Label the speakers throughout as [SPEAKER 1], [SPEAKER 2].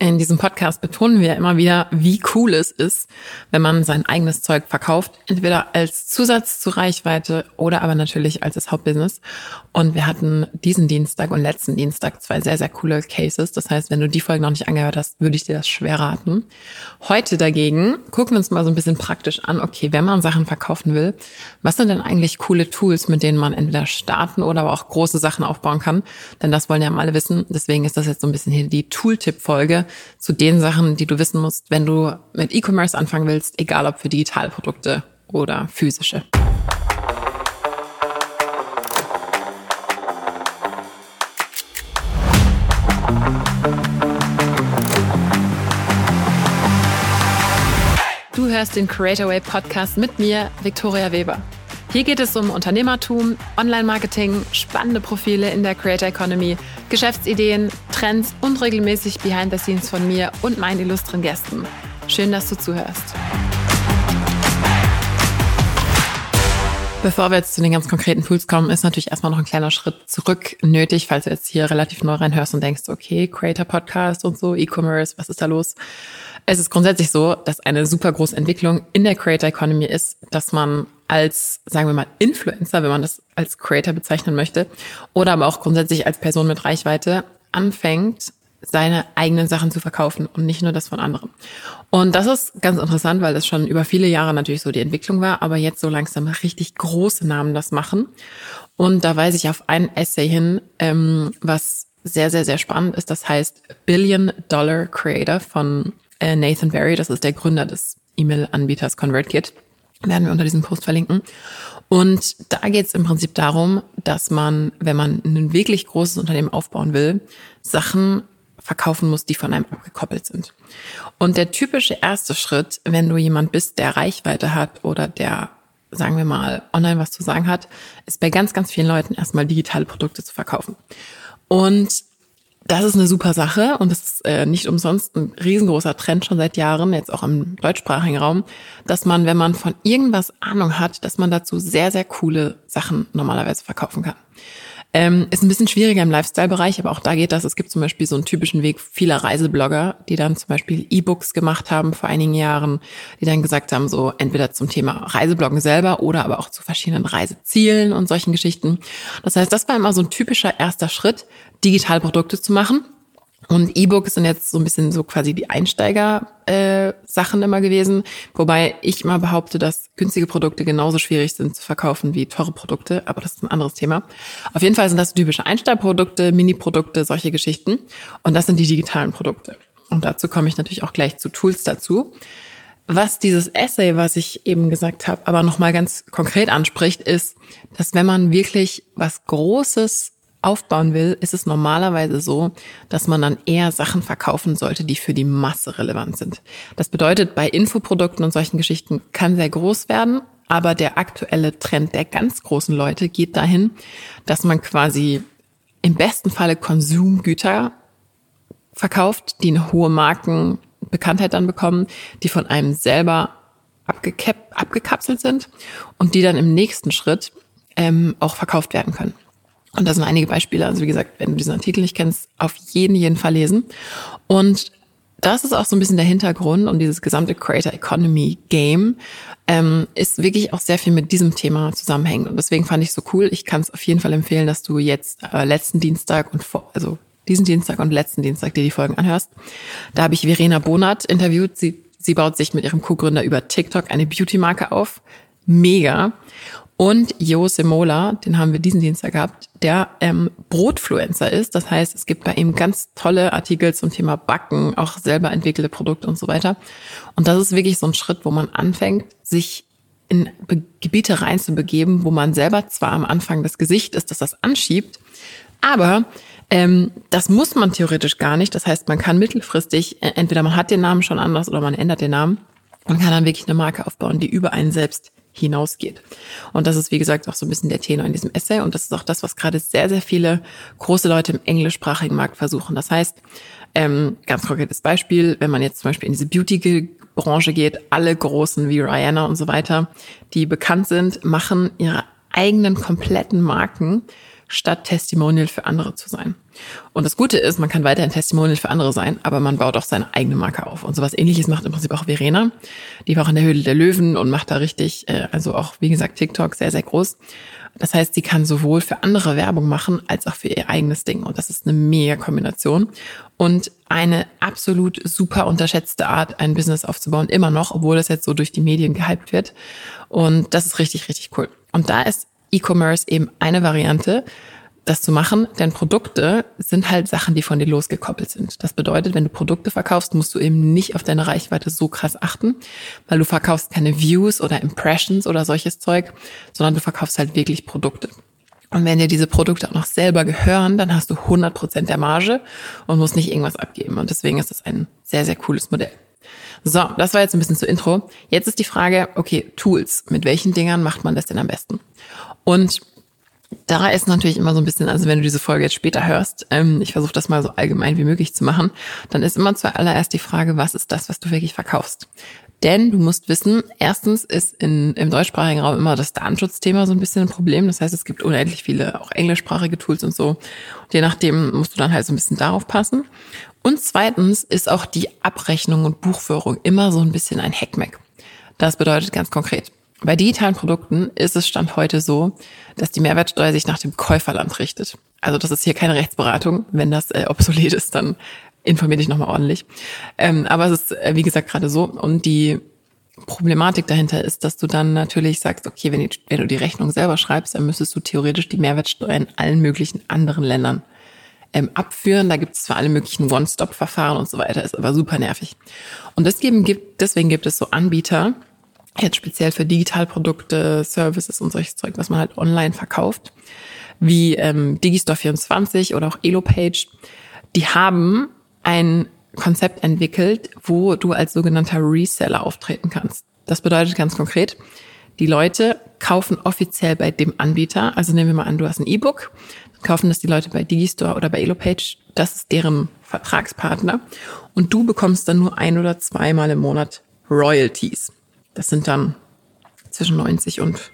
[SPEAKER 1] In diesem Podcast betonen wir immer wieder, wie cool es ist, wenn man sein eigenes Zeug verkauft, entweder als Zusatz zur Reichweite oder aber natürlich als das Hauptbusiness. Und wir hatten diesen Dienstag und letzten Dienstag 2 sehr, sehr coole Cases. Das heißt, wenn du die Folge noch nicht angehört hast, würde ich dir das schwer raten. Heute dagegen gucken wir uns mal so ein bisschen praktisch an, okay, wenn man Sachen verkaufen will, was sind denn eigentlich coole Tools, mit denen man entweder starten oder aber auch große Sachen aufbauen kann? Denn das wollen ja alle wissen. Deswegen ist das jetzt so ein bisschen hier die Tooltip-Folge zu den Sachen, die du wissen musst, wenn du mit E-Commerce anfangen willst, egal ob für digitale Produkte oder physische. Du hörst den Creator Way Podcast mit mir, Viktoria Weber. Hier geht es um Unternehmertum, Online-Marketing, spannende Profile in der Creator Economy, Geschäftsideen, Trends und regelmäßig Behind the Scenes von mir und meinen illustren Gästen. Schön, dass du zuhörst. Bevor wir jetzt zu den ganz konkreten Tools kommen, ist natürlich erstmal noch ein kleiner Schritt zurück nötig, falls du jetzt hier relativ neu reinhörst und denkst, okay, Creator-Podcast und so, E-Commerce, was ist da los? Es ist grundsätzlich so, dass eine super große Entwicklung in der Creator Economy ist, dass man als, sagen wir mal, Influencer, wenn man das als Creator bezeichnen möchte, oder aber auch grundsätzlich als Person mit Reichweite anfängt, seine eigenen Sachen zu verkaufen und nicht nur das von anderen. Und das ist ganz interessant, weil das schon über viele Jahre natürlich so die Entwicklung war, aber jetzt so langsam richtig große Namen das machen. Und da weise ich auf ein Essay hin, was sehr, sehr, sehr spannend ist. Das heißt Billion Dollar Creator von Nathan Barry. Das ist der Gründer des E-Mail-Anbieters ConvertKit. Werden wir unter diesem Post verlinken. Und da geht es im Prinzip darum, dass man, wenn man ein wirklich großes Unternehmen aufbauen will, Sachen verkaufen muss, die von einem abgekoppelt sind. Und der typische erste Schritt, wenn du jemand bist, der Reichweite hat oder der, sagen wir mal, online was zu sagen hat, ist bei ganz, ganz vielen Leuten erstmal digitale Produkte zu verkaufen. Und das ist eine super Sache und das ist nicht umsonst ein riesengroßer Trend schon seit Jahren, jetzt auch im deutschsprachigen Raum, dass man, wenn man von irgendwas Ahnung hat, dass man dazu sehr, sehr coole Sachen normalerweise verkaufen kann. Ist ein bisschen schwieriger im Lifestyle-Bereich, aber auch da geht das. Es gibt zum Beispiel so einen typischen Weg vieler Reiseblogger, die dann zum Beispiel E-Books gemacht haben vor einigen Jahren, die dann gesagt haben, so entweder zum Thema Reisebloggen selber oder aber auch zu verschiedenen Reisezielen und solchen Geschichten. Das heißt, das war immer so ein typischer erster Schritt, digitale Produkte zu machen. Und E-Books sind jetzt so ein bisschen so quasi die Einsteiger-Sachen immer gewesen. Wobei ich immer behaupte, dass günstige Produkte genauso schwierig sind zu verkaufen wie teure Produkte. Aber das ist ein anderes Thema. Auf jeden Fall sind das typische Einsteigprodukte, Mini-Produkte, solche Geschichten. Und das sind die digitalen Produkte. Und dazu komme ich natürlich auch gleich zu Tools dazu. Was dieses Essay, was ich eben gesagt habe, aber nochmal ganz konkret anspricht, ist, dass wenn man wirklich was Großes aufbauen will, ist es normalerweise so, dass man dann eher Sachen verkaufen sollte, die für die Masse relevant sind. Das bedeutet, bei Infoprodukten und solchen Geschichten kann sehr groß werden, aber der aktuelle Trend der ganz großen Leute geht dahin, dass man quasi im besten Falle Konsumgüter verkauft, die eine hohe Markenbekanntheit dann bekommen, die von einem selber abgekapselt sind und die dann im nächsten Schritt auch verkauft werden können. Und das sind einige Beispiele. Also wie gesagt, wenn du diesen Artikel nicht kennst, auf jeden Fall lesen. Und das ist auch so ein bisschen der Hintergrund und dieses gesamte Creator Economy Game ist wirklich auch sehr viel mit diesem Thema zusammenhängend. Und deswegen fand ich es so cool. Ich kann es auf jeden Fall empfehlen, dass du jetzt diesen Dienstag und letzten Dienstag dir die Folgen anhörst. Da habe ich Verena Bonert interviewt. Sie baut sich mit ihrem Co-Gründer über TikTok eine Beauty-Marke auf. Mega. Und Jo Semola, den haben wir diesen Dienstag gehabt, der Brotfluencer ist. Das heißt, es gibt bei ihm ganz tolle Artikel zum Thema Backen, auch selber entwickelte Produkte und so weiter. Und das ist wirklich so ein Schritt, wo man anfängt, sich in Gebiete reinzubegeben, wo man selber zwar am Anfang das Gesicht ist, das das anschiebt, aber das muss man theoretisch gar nicht. Das heißt, man kann mittelfristig, entweder man hat den Namen schon anders oder man ändert den Namen und kann dann wirklich eine Marke aufbauen, die über einen selbst hinausgeht. Und das ist, wie gesagt, auch so ein bisschen der Tenor in diesem Essay. Und das ist auch das, was gerade sehr, sehr viele große Leute im englischsprachigen Markt versuchen. Das heißt, ganz konkretes Beispiel, wenn man jetzt zum Beispiel in diese Beauty-Branche geht, alle Großen wie Rihanna und so weiter, die bekannt sind, machen ihre eigenen kompletten Marken statt Testimonial für andere zu sein. Und das Gute ist, man kann weiterhin Testimonial für andere sein, aber man baut auch seine eigene Marke auf. Und sowas Ähnliches macht im Prinzip auch Verena. Die war auch in der Höhle der Löwen und macht da richtig, also auch, wie gesagt, TikTok sehr, sehr groß. Das heißt, sie kann sowohl für andere Werbung machen, als auch für ihr eigenes Ding. Und das ist eine mega Kombination und eine absolut super unterschätzte Art, ein Business aufzubauen, immer noch, obwohl das jetzt so durch die Medien gehypt wird. Und das ist richtig, richtig cool. Und da ist E-Commerce eben eine Variante, das zu machen, denn Produkte sind halt Sachen, die von dir losgekoppelt sind. Das bedeutet, wenn du Produkte verkaufst, musst du eben nicht auf deine Reichweite so krass achten, weil du verkaufst keine Views oder Impressions oder solches Zeug, sondern du verkaufst halt wirklich Produkte. Und wenn dir diese Produkte auch noch selber gehören, dann hast du 100% der Marge und musst nicht irgendwas abgeben. Und deswegen ist das ein sehr, sehr cooles Modell. So, das war jetzt ein bisschen zur Intro. Jetzt ist die Frage, okay, Tools. Mit welchen Dingern macht man das denn am besten? Und da ist natürlich immer so ein bisschen, also wenn du diese Folge jetzt später hörst, ich versuche das mal so allgemein wie möglich zu machen, dann ist immer zuallererst die Frage, was ist das, was du wirklich verkaufst? Denn du musst wissen, erstens ist im deutschsprachigen Raum immer das Datenschutzthema so ein bisschen ein Problem. Das heißt, es gibt unendlich viele auch englischsprachige Tools und so. Und je nachdem musst du dann halt so ein bisschen darauf passen. Und zweitens ist auch die Abrechnung und Buchführung immer so ein bisschen ein Hackmack. Das bedeutet ganz konkret, bei digitalen Produkten ist es Stand heute so, dass die Mehrwertsteuer sich nach dem Käuferland richtet. Also das ist hier keine Rechtsberatung. Wenn das obsolet ist, dann informier dich nochmal ordentlich. Aber es ist, wie gesagt, gerade so. Und die Problematik dahinter ist, dass du dann natürlich sagst, okay, wenn du die Rechnung selber schreibst, dann müsstest du theoretisch die Mehrwertsteuer in allen möglichen anderen Ländern abführen. Da gibt es zwar alle möglichen One-Stop-Verfahren und so weiter, ist aber super nervig. Und deswegen gibt es so Anbieter, jetzt speziell für Digitalprodukte, Services und solches Zeug, was man halt online verkauft, wie Digistore24 oder auch Elopage. Die haben ein Konzept entwickelt, wo du als sogenannter Reseller auftreten kannst. Das bedeutet ganz konkret, die Leute kaufen offiziell bei dem Anbieter, also nehmen wir mal an, du hast ein E-Book, dann kaufen das die Leute bei Digistore oder bei Elopage, das ist deren Vertragspartner und du bekommst dann nur 1 oder 2 Mal im Monat Royalties. Das sind dann zwischen 90 und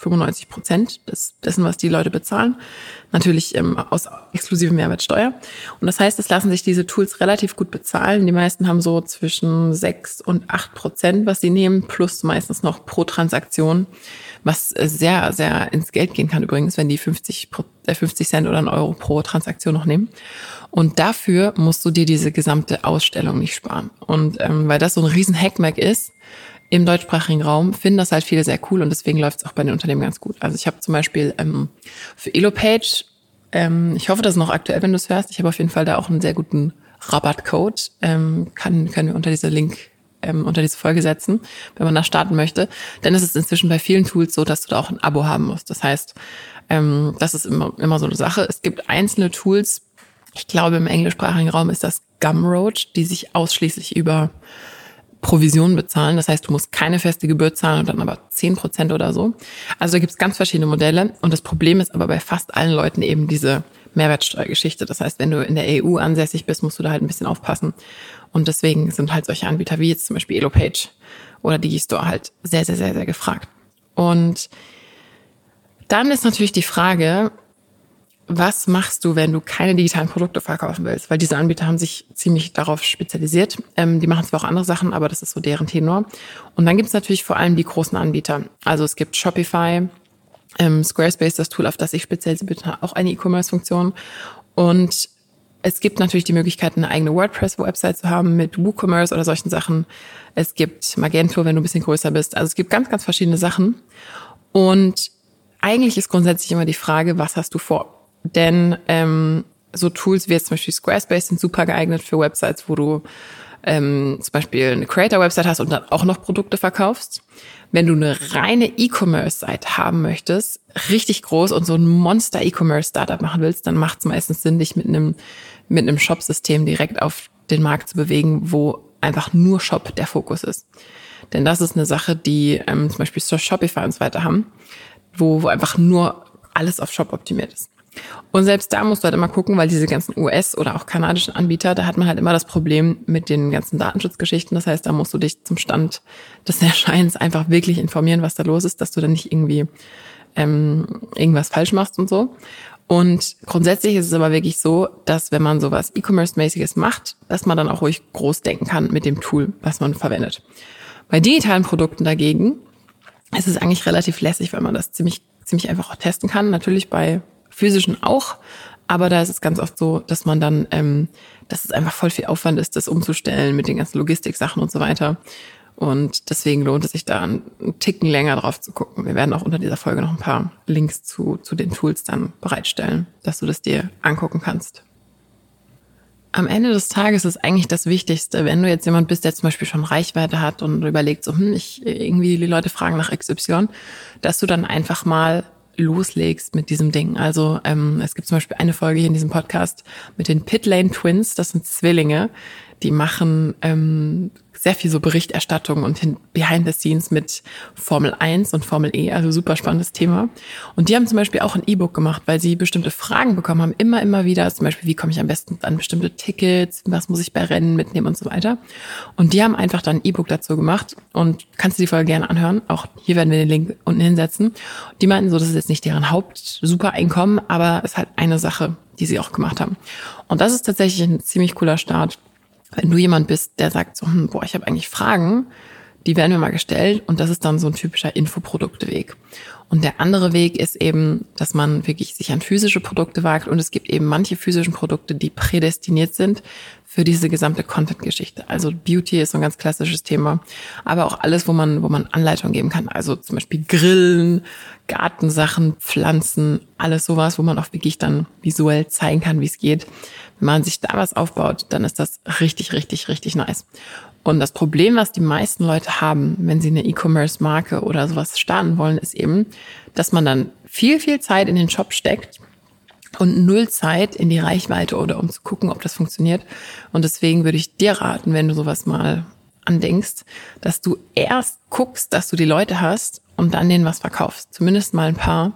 [SPEAKER 1] 95% dessen, was die Leute bezahlen. Natürlich aus exklusive Mehrwertsteuer. Und das heißt, es lassen sich diese Tools relativ gut bezahlen. Die meisten haben so zwischen 6 und 8%, was sie nehmen, plus meistens noch pro Transaktion, was sehr, sehr ins Geld gehen kann übrigens, wenn die 50 Cent oder 1 Euro pro Transaktion noch nehmen. Und dafür musst du dir diese gesamte Ausstellung nicht sparen. Und weil das so ein riesen Hackmack ist, im deutschsprachigen Raum finden das halt viele sehr cool und deswegen läuft es auch bei den Unternehmen ganz gut. Also ich habe zum Beispiel für Elopage, ich hoffe, das ist noch aktuell, wenn du es hörst, ich habe auf jeden Fall da auch einen sehr guten Rabattcode, können wir unter diese Link, unter diese Folge setzen, wenn man da starten möchte. Denn es ist inzwischen bei vielen Tools so, dass du da auch ein Abo haben musst. Das heißt, das ist immer so eine Sache. Es gibt einzelne Tools, ich glaube im englischsprachigen Raum ist das Gumroad, die sich ausschließlich über Provision bezahlen. Das heißt, du musst keine feste Gebühr zahlen und dann aber 10% oder so. Also da gibt es ganz verschiedene Modelle. Und das Problem ist aber bei fast allen Leuten eben diese Mehrwertsteuergeschichte. Das heißt, wenn du in der EU ansässig bist, musst du da halt ein bisschen aufpassen. Und deswegen sind halt solche Anbieter wie jetzt zum Beispiel Elopage oder Digistore halt sehr, sehr, sehr, sehr gefragt. Und dann ist natürlich die Frage, was machst du, wenn du keine digitalen Produkte verkaufen willst? Weil diese Anbieter haben sich ziemlich darauf spezialisiert. Die machen zwar auch andere Sachen, aber das ist so deren Tenor. Und dann gibt es natürlich vor allem die großen Anbieter. Also es gibt Shopify, Squarespace, das Tool, auf das ich spezialisiert bin, auch eine E-Commerce-Funktion. Und es gibt natürlich die Möglichkeit, eine eigene WordPress-Website zu haben mit WooCommerce oder solchen Sachen. Es gibt Magento, wenn du ein bisschen größer bist. Also es gibt ganz, ganz verschiedene Sachen. Und eigentlich ist grundsätzlich immer die Frage, was hast du vor? Denn so Tools wie jetzt zum Beispiel Squarespace sind super geeignet für Websites, wo du zum Beispiel eine Creator-Website hast und dann auch noch Produkte verkaufst. Wenn du eine reine E-Commerce-Seite haben möchtest, richtig groß und so ein Monster-E-Commerce-Startup machen willst, dann macht es meistens Sinn, dich mit einem Shop-System direkt auf den Markt zu bewegen, wo einfach nur Shop der Fokus ist. Denn das ist eine Sache, die zum Beispiel Shopify und so weiter haben, wo einfach nur alles auf Shop optimiert ist. Und selbst da musst du halt immer gucken, weil diese ganzen US- oder auch kanadischen Anbieter, da hat man halt immer das Problem mit den ganzen Datenschutzgeschichten. Das heißt, da musst du dich zum Stand des Erscheinens einfach wirklich informieren, was da los ist, dass du dann nicht irgendwie irgendwas falsch machst und so. Und grundsätzlich ist es aber wirklich so, dass wenn man sowas E-Commerce-mäßiges macht, dass man dann auch ruhig groß denken kann mit dem Tool, was man verwendet. Bei digitalen Produkten dagegen ist es eigentlich relativ lässig, weil man das ziemlich einfach auch testen kann. Natürlich bei physischen auch, aber da ist es ganz oft so, dass man dann, dass es einfach voll viel Aufwand ist, das umzustellen mit den ganzen Logistiksachen und so weiter. Und deswegen lohnt es sich da einen Ticken länger drauf zu gucken. Wir werden auch unter dieser Folge noch ein paar Links zu den Tools dann bereitstellen, dass du das dir angucken kannst. Am Ende des Tages ist eigentlich das Wichtigste, wenn du jetzt jemand bist, der zum Beispiel schon Reichweite hat und überlegt, so, irgendwie die Leute fragen nach XY, dass du dann einfach mal loslegst mit diesem Ding. Also es gibt zum Beispiel eine Folge hier in diesem Podcast mit den Pitlane Twins, das sind Zwillinge, die machen sehr viel so Berichterstattung und Behind the Scenes mit Formel 1 und Formel E, also super spannendes Thema. Und die haben zum Beispiel auch ein E-Book gemacht, weil sie bestimmte Fragen bekommen haben, immer wieder, zum Beispiel, wie komme ich am besten an bestimmte Tickets, was muss ich bei Rennen mitnehmen und so weiter. Und die haben einfach dann ein E-Book dazu gemacht und kannst du die Folge gerne anhören. Auch hier werden wir den Link unten hinsetzen. Die meinten so, das ist jetzt nicht deren Haupt-Super-Einkommen, aber es ist halt eine Sache, die sie auch gemacht haben. Und das ist tatsächlich ein ziemlich cooler Start. Wenn du jemand bist, der sagt so, ich habe eigentlich Fragen, die werden mir mal gestellt und das ist dann so ein typischer Infoprodukteweg. Und der andere Weg ist eben, dass man wirklich sich an physische Produkte wagt und es gibt eben manche physischen Produkte, die prädestiniert sind für diese gesamte Content-Geschichte. Also Beauty ist so ein ganz klassisches Thema, aber auch alles, wo man Anleitung geben kann. Also zum Beispiel Grillen, Gartensachen, Pflanzen, alles sowas, wo man auch wirklich dann visuell zeigen kann, wie es geht. Wenn man sich da was aufbaut, dann ist das richtig, richtig, richtig nice. Und das Problem, was die meisten Leute haben, wenn sie eine E-Commerce-Marke oder sowas starten wollen, ist eben, dass man dann viel, viel Zeit in den Shop steckt und 0 Zeit in die Reichweite oder um zu gucken, ob das funktioniert. Und deswegen würde ich dir raten, wenn du sowas mal andenkst, dass du erst guckst, dass du die Leute hast und dann denen was verkaufst. Zumindest mal ein paar.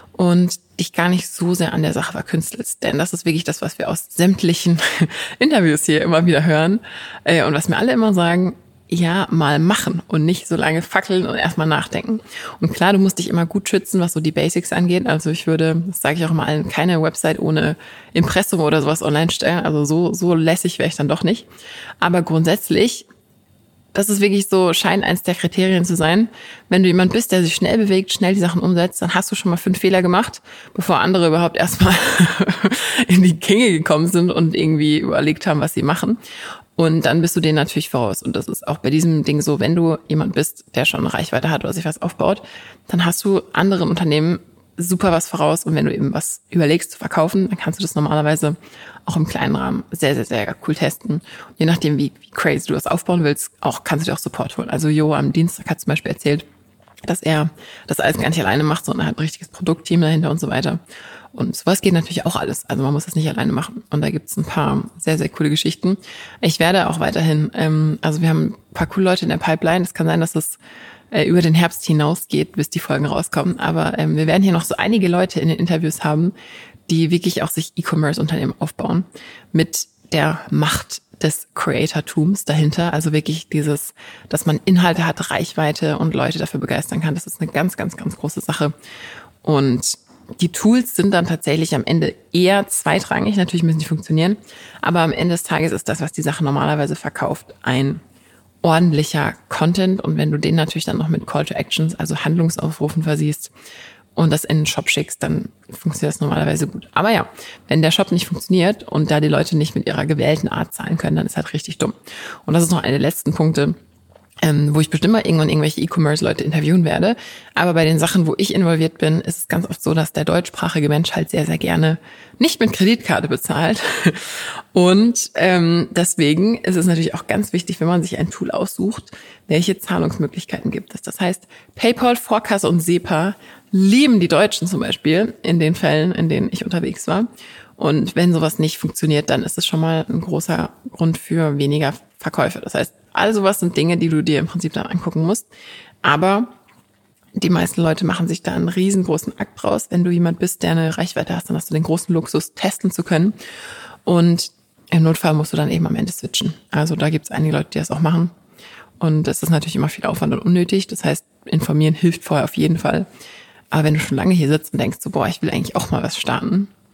[SPEAKER 1] Und dich gar nicht so sehr an der Sache verkünstelst. Denn das ist wirklich das, was wir aus sämtlichen Interviews hier immer wieder hören. Und was mir alle immer sagen, ja, mal machen und nicht so lange fackeln und erstmal nachdenken. Und klar, du musst dich immer gut schützen, was so die Basics angeht. Also ich würde, das sage ich auch immer allen, keine Website ohne Impressum oder sowas online stellen. Also so lässig wäre ich dann doch nicht. Aber grundsätzlich, das ist wirklich so, scheint eins der Kriterien zu sein. Wenn du jemand bist, der sich schnell bewegt, schnell die Sachen umsetzt, dann hast du schon mal 5 Fehler gemacht, bevor andere überhaupt erstmal in die Gänge gekommen sind und irgendwie überlegt haben, was sie machen. Und dann bist du denen natürlich voraus. Und das ist auch bei diesem Ding so, wenn du jemand bist, der schon eine Reichweite hat oder sich was aufbaut, dann hast du anderen Unternehmen super was voraus. Und wenn du eben was überlegst zu verkaufen, dann kannst du das normalerweise auch im kleinen Rahmen sehr, sehr, sehr cool testen. Und je nachdem, wie crazy du das aufbauen willst, kannst du dir auch Support holen. Also Jo am Dienstag hat zum Beispiel erzählt, dass er das alles gar nicht alleine macht, sondern hat ein richtiges Produktteam dahinter und so weiter. Und sowas geht natürlich auch alles. Also man muss das nicht alleine machen. Und da gibt's ein paar sehr, sehr coole Geschichten. Ich werde auch weiterhin, also wir haben ein paar coole Leute in der Pipeline. Es kann sein, dass es über den Herbst hinausgeht, bis die Folgen rauskommen. Aber wir werden hier noch so einige Leute in den Interviews haben, die wirklich auch sich E-Commerce-Unternehmen aufbauen mit der Macht des Creatortums dahinter. Also wirklich dieses, dass man Inhalte hat, Reichweite und Leute dafür begeistern kann. Das ist eine ganz, ganz, ganz große Sache. Und die Tools sind dann tatsächlich am Ende eher zweitrangig. Natürlich müssen die funktionieren. Aber am Ende des Tages ist das, was die Sache normalerweise verkauft, ein ordentlicher Content. Und wenn du den natürlich dann noch mit Call to Actions, also Handlungsaufrufen versiehst und das in den Shop schickst, dann funktioniert das normalerweise gut. Aber ja, wenn der Shop nicht funktioniert und da die Leute nicht mit ihrer gewählten Art zahlen können, dann ist halt richtig dumm. Und das ist noch einer der letzten Punkte, wo ich bestimmt mal irgendwann irgendwelche E-Commerce-Leute interviewen werde. Aber bei den Sachen, wo ich involviert bin, ist es ganz oft so, dass der deutschsprachige Mensch halt sehr, sehr gerne nicht mit Kreditkarte bezahlt. Und deswegen ist es natürlich auch ganz wichtig, wenn man sich ein Tool aussucht, welche Zahlungsmöglichkeiten gibt es. Das heißt, PayPal, Vorkasse und SEPA lieben die Deutschen zum Beispiel in den Fällen, in denen ich unterwegs war. Und wenn sowas nicht funktioniert, dann ist es schon mal ein großer Grund für weniger Verkäufe. Das heißt, all sowas sind Dinge, die du dir im Prinzip dann angucken musst. Aber die meisten Leute machen sich da einen riesengroßen Akt draus. Wenn du jemand bist, der eine Reichweite hast, dann hast du den großen Luxus, testen zu können. Und im Notfall musst du dann eben am Ende switchen. Also da gibt es einige Leute, die das auch machen. Und es ist natürlich immer viel Aufwand und unnötig. Das heißt, informieren hilft vorher auf jeden Fall. Aber wenn du schon lange hier sitzt und denkst so, ich will eigentlich auch mal was starten,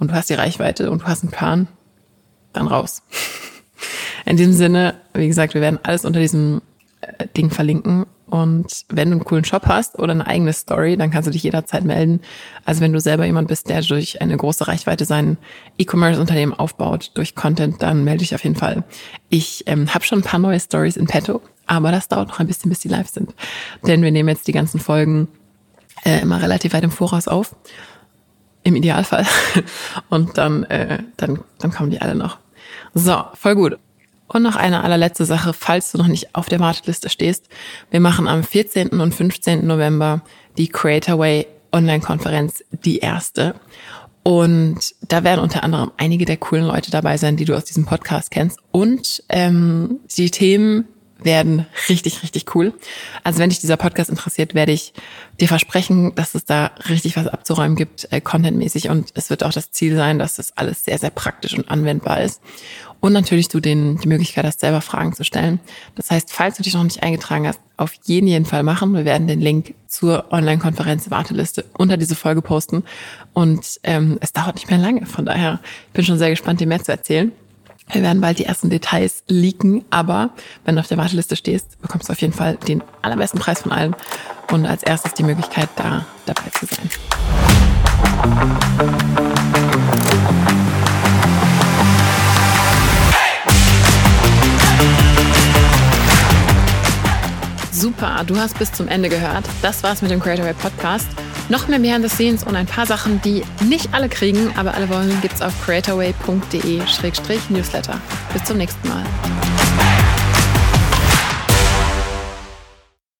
[SPEAKER 1] und du hast die Reichweite und du hast einen Plan, dann raus. In diesem Sinne, wie gesagt, wir werden alles unter diesem Ding verlinken. Und wenn du einen coolen Shop hast oder eine eigene Story, dann kannst du dich jederzeit melden. Also wenn du selber jemand bist, der durch eine große Reichweite sein E-Commerce-Unternehmen aufbaut, durch Content, dann melde dich auf jeden Fall. Ich habe schon ein paar neue Stories in petto, aber das dauert noch ein bisschen, bis die live sind. Denn wir nehmen jetzt die ganzen Folgen immer relativ weit im Voraus auf. Im Idealfall. Und dann kommen die alle noch. So, voll gut. Und noch eine allerletzte Sache, falls du noch nicht auf der Warteliste stehst. Wir machen am 14. und 15. November die Creator Way Online-Konferenz, die erste. Und da werden unter anderem einige der coolen Leute dabei sein, die du aus diesem Podcast kennst. Und die Themen werden richtig, richtig cool. Also wenn dich dieser Podcast interessiert, werde ich dir versprechen, dass es da richtig was abzuräumen gibt, contentmäßig. Und es wird auch das Ziel sein, dass das alles sehr, sehr praktisch und anwendbar ist. Und natürlich du die Möglichkeit hast, selber Fragen zu stellen. Das heißt, falls du dich noch nicht eingetragen hast, auf jeden Fall machen. Wir werden den Link zur Online-Konferenz Warteliste unter diese Folge posten. Und es dauert nicht mehr lange. Von daher, ich bin schon sehr gespannt, dir mehr zu erzählen. Wir werden bald die ersten Details leaken, aber wenn du auf der Warteliste stehst, bekommst du auf jeden Fall den allerbesten Preis von allen und als erstes die Möglichkeit, da dabei zu sein. Super, du hast bis zum Ende gehört. Das war's mit dem Creator Way Podcast. Noch mehr Behind the Scenes und ein paar Sachen, die nicht alle kriegen, aber alle wollen, gibt's auf creatorway.de/newsletter. Bis zum nächsten Mal.